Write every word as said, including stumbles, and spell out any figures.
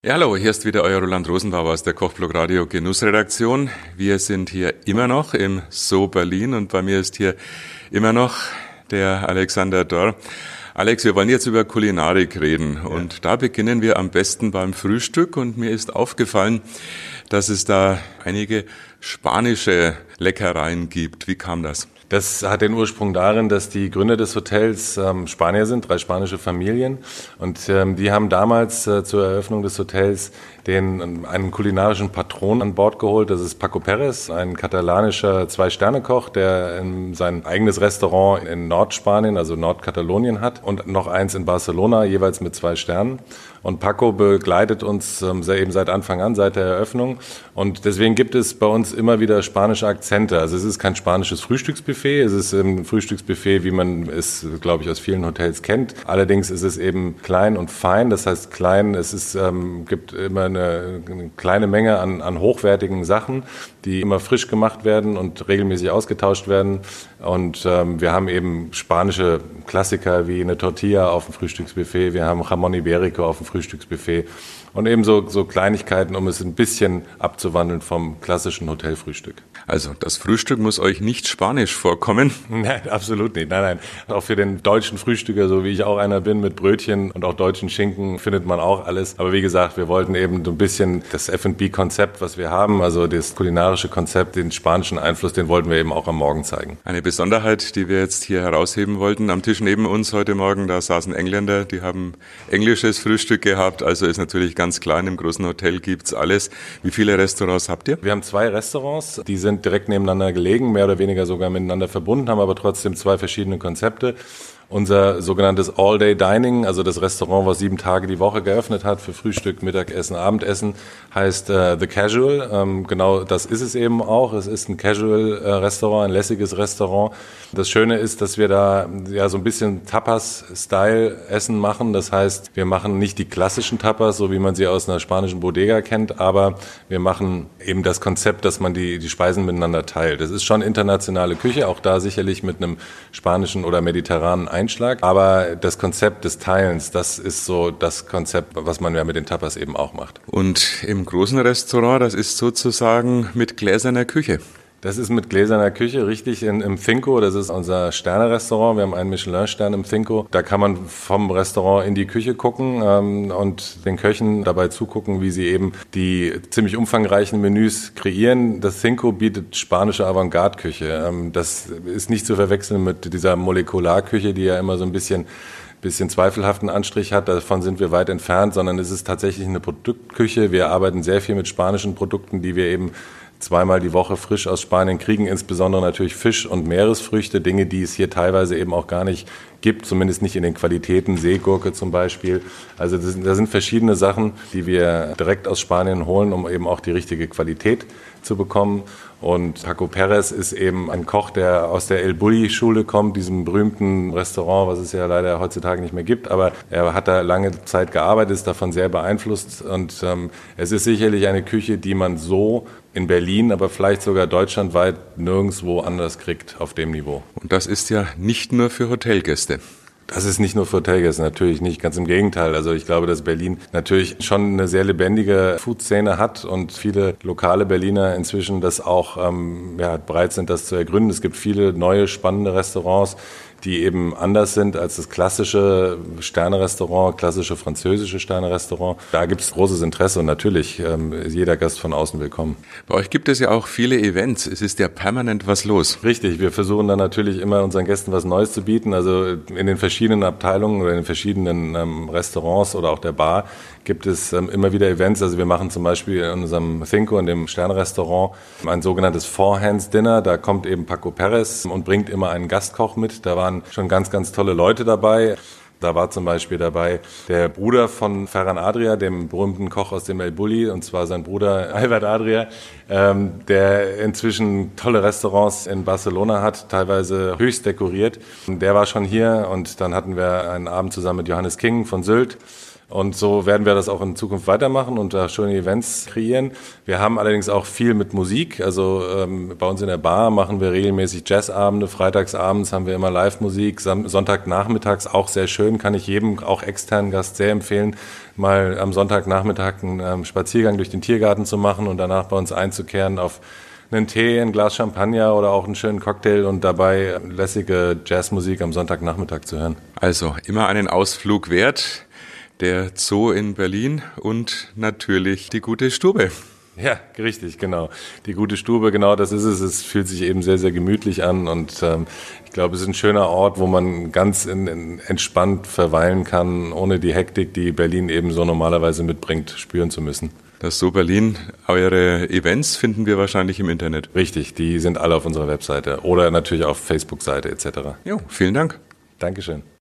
Ja, hallo, hier ist wieder euer Roland Rosenbauer aus der Kochblog Radio Genussredaktion. Wir sind hier immer noch im Zoo Berlin und bei mir ist hier immer noch der Alexander Dorr. Alex, wir wollen jetzt über Kulinarik reden und ja. Da beginnen wir am besten beim Frühstück und mir ist aufgefallen, dass es da einige spanische Leckereien gibt. Wie kam das? Das hat den Ursprung darin, dass die Gründer des Hotels ähm, Spanier sind, drei spanische Familien. Und ähm, die haben damals äh, zur Eröffnung des Hotels den, einen kulinarischen Patron an Bord geholt. Das ist Paco Pérez, ein katalanischer Zwei-Sterne-Koch, der in sein eigenes Restaurant in Nordspanien, also Nordkatalonien hat und noch eins in Barcelona, jeweils mit zwei Sternen. Und Paco begleitet uns ähm, eben seit Anfang an, seit der Eröffnung. Und deswegen gibt es bei uns immer wieder spanische Akzente. Also es ist kein spanisches Frühstücksbuffet, es ist ein Frühstücksbuffet, wie man es, glaube ich, aus vielen Hotels kennt. Allerdings ist es eben klein und fein, das heißt klein, es ist, ähm, gibt immer eine, eine kleine Menge an, an hochwertigen Sachen, die immer frisch gemacht werden und regelmäßig ausgetauscht werden. Und ähm, wir haben eben spanische Klassiker wie eine Tortilla auf dem Frühstücksbuffet, wir haben Jamón Ibérico auf dem Frühstücksbuffet und eben so, so Kleinigkeiten, um es ein bisschen abzuwandeln vom klassischen Hotelfrühstück. Also das Frühstück muss euch nicht spanisch vorkommen? Nein, absolut nicht. Nein, nein. Auch für den deutschen Frühstücker, so wie ich auch einer bin, mit Brötchen und auch deutschen Schinken, findet man auch alles. Aber wie gesagt, wir wollten eben so ein bisschen das F und B-Konzept, was wir haben, also das kulinarische Konzept, den spanischen Einfluss, den wollten wir eben auch am Morgen zeigen. Eine Besonderheit, die wir jetzt hier herausheben wollten, am Tisch neben uns heute Morgen, da saßen Engländer, die haben englisches Frühstück gehabt, also ist natürlich ganz klar, in einem großen Hotel gibt's alles. Wie viele Restaurants habt ihr? Wir haben zwei Restaurants, die sind direkt nebeneinander gelegen, mehr oder weniger sogar miteinander verbunden, haben aber trotzdem zwei verschiedene Konzepte. Unser sogenanntes All-Day-Dining, also das Restaurant, was sieben Tage die Woche geöffnet hat für Frühstück, Mittagessen, Abendessen, heißt äh, The Casual. Ähm, genau das ist es eben auch. Es ist ein Casual-Restaurant, ein lässiges Restaurant. Das Schöne ist, dass wir da ja so ein bisschen Tapas-Style-Essen machen. Das heißt, wir machen nicht die klassischen Tapas, so wie man sie aus einer spanischen Bodega kennt, aber wir machen eben das Konzept, dass man die, die Speisen miteinander teilt. Das ist schon internationale Küche, auch da sicherlich mit einem spanischen oder mediterranen Einschlag. Aber das Konzept des Teilens, das ist so das Konzept, was man ja mit den Tapas eben auch macht. Und im großen Restaurant, das ist sozusagen mit gläserner Küche. Das ist mit gläserner Küche, richtig, in, im Finco. Das ist unser Sterne-Restaurant. Wir haben einen Michelin-Stern im Finco. Da kann man vom Restaurant in die Küche gucken ähm, und den Köchen dabei zugucken, wie sie eben die ziemlich umfangreichen Menüs kreieren. Das Finco bietet spanische Avantgarde-Küche. Ähm, das ist nicht zu verwechseln mit dieser Molekularküche, die ja immer so ein bisschen bisschen zweifelhaften Anstrich hat, davon sind wir weit entfernt, sondern es ist tatsächlich eine Produktküche. Wir arbeiten sehr viel mit spanischen Produkten, die wir eben zweimal die Woche frisch aus Spanien kriegen, insbesondere natürlich Fisch und Meeresfrüchte, Dinge, die es hier teilweise eben auch gar nicht gibt, zumindest nicht in den Qualitäten, Seegurke zum Beispiel. Also das, da sind verschiedene Sachen, die wir direkt aus Spanien holen, um eben auch die richtige Qualität zu bekommen. Und Paco Pérez ist eben ein Koch, der aus der El Bulli-Schule kommt, diesem berühmten Restaurant, was es ja leider heutzutage nicht mehr gibt. Aber er hat da lange Zeit gearbeitet, ist davon sehr beeinflusst. Und ähm, es ist sicherlich eine Küche, die man so in Berlin, aber vielleicht sogar deutschlandweit nirgendwo anders kriegt auf dem Niveau. Und das ist ja nicht nur für Hotelgäste. Das ist nicht nur für Hotelgäste, natürlich nicht, ganz im Gegenteil. Also ich glaube, dass Berlin natürlich schon eine sehr lebendige Food-Szene hat und viele lokale Berliner inzwischen das auch ähm, ja, bereit sind, das zu ergründen. Es gibt viele neue, spannende Restaurants, die eben anders sind als das klassische Sterne-Restaurant, klassische französische Sterne-Restaurant. Da gibt es großes Interesse und natürlich ähm, ist jeder Gast von außen willkommen. Bei euch gibt es ja auch viele Events. Es ist ja permanent was los. Richtig, wir versuchen dann natürlich immer unseren Gästen was Neues zu bieten. Also in den verschiedenen Abteilungen oder in den verschiedenen ähm, Restaurants oder auch der Bar gibt es ähm, immer wieder Events. Also wir machen zum Beispiel in unserem Finco, in dem Sterne-Restaurant, ein sogenanntes Four-Hands-Dinner. Da kommt eben Paco Pérez und bringt immer einen Gastkoch mit. Da waren schon ganz, ganz tolle Leute dabei. Da war zum Beispiel dabei der Bruder von Ferran Adrià, dem berühmten Koch aus dem El Bulli, und zwar sein Bruder Albert Adrià, ähm, der inzwischen tolle Restaurants in Barcelona hat, teilweise höchst dekoriert. Der war schon hier und dann hatten wir einen Abend zusammen mit Johannes King von Sylt. Und so werden wir das auch in Zukunft weitermachen und da schöne Events kreieren. Wir haben allerdings auch viel mit Musik. Also ähm, bei uns in der Bar machen wir regelmäßig Jazzabende. Freitagsabends haben wir immer Live-Musik. Sam- Sonntagnachmittags auch sehr schön. Kann ich jedem, auch externen Gast, sehr empfehlen, mal am Sonntagnachmittag einen ähm, Spaziergang durch den Tiergarten zu machen und danach bei uns einzukehren auf einen Tee, ein Glas Champagner oder auch einen schönen Cocktail und dabei lässige Jazzmusik am Sonntagnachmittag zu hören. Also immer einen Ausflug wert. Der Zoo in Berlin und natürlich die gute Stube. Ja, richtig, genau. Die gute Stube, genau das ist es. Es fühlt sich eben sehr, sehr gemütlich an und ähm, ich glaube, es ist ein schöner Ort, wo man ganz in, in, entspannt verweilen kann, ohne die Hektik, die Berlin eben so normalerweise mitbringt, spüren zu müssen. Das Zoo Berlin, eure Events finden wir wahrscheinlich im Internet. Richtig, die sind alle auf unserer Webseite oder natürlich auf Facebook-Seite et cetera. Jo, vielen Dank. Dankeschön.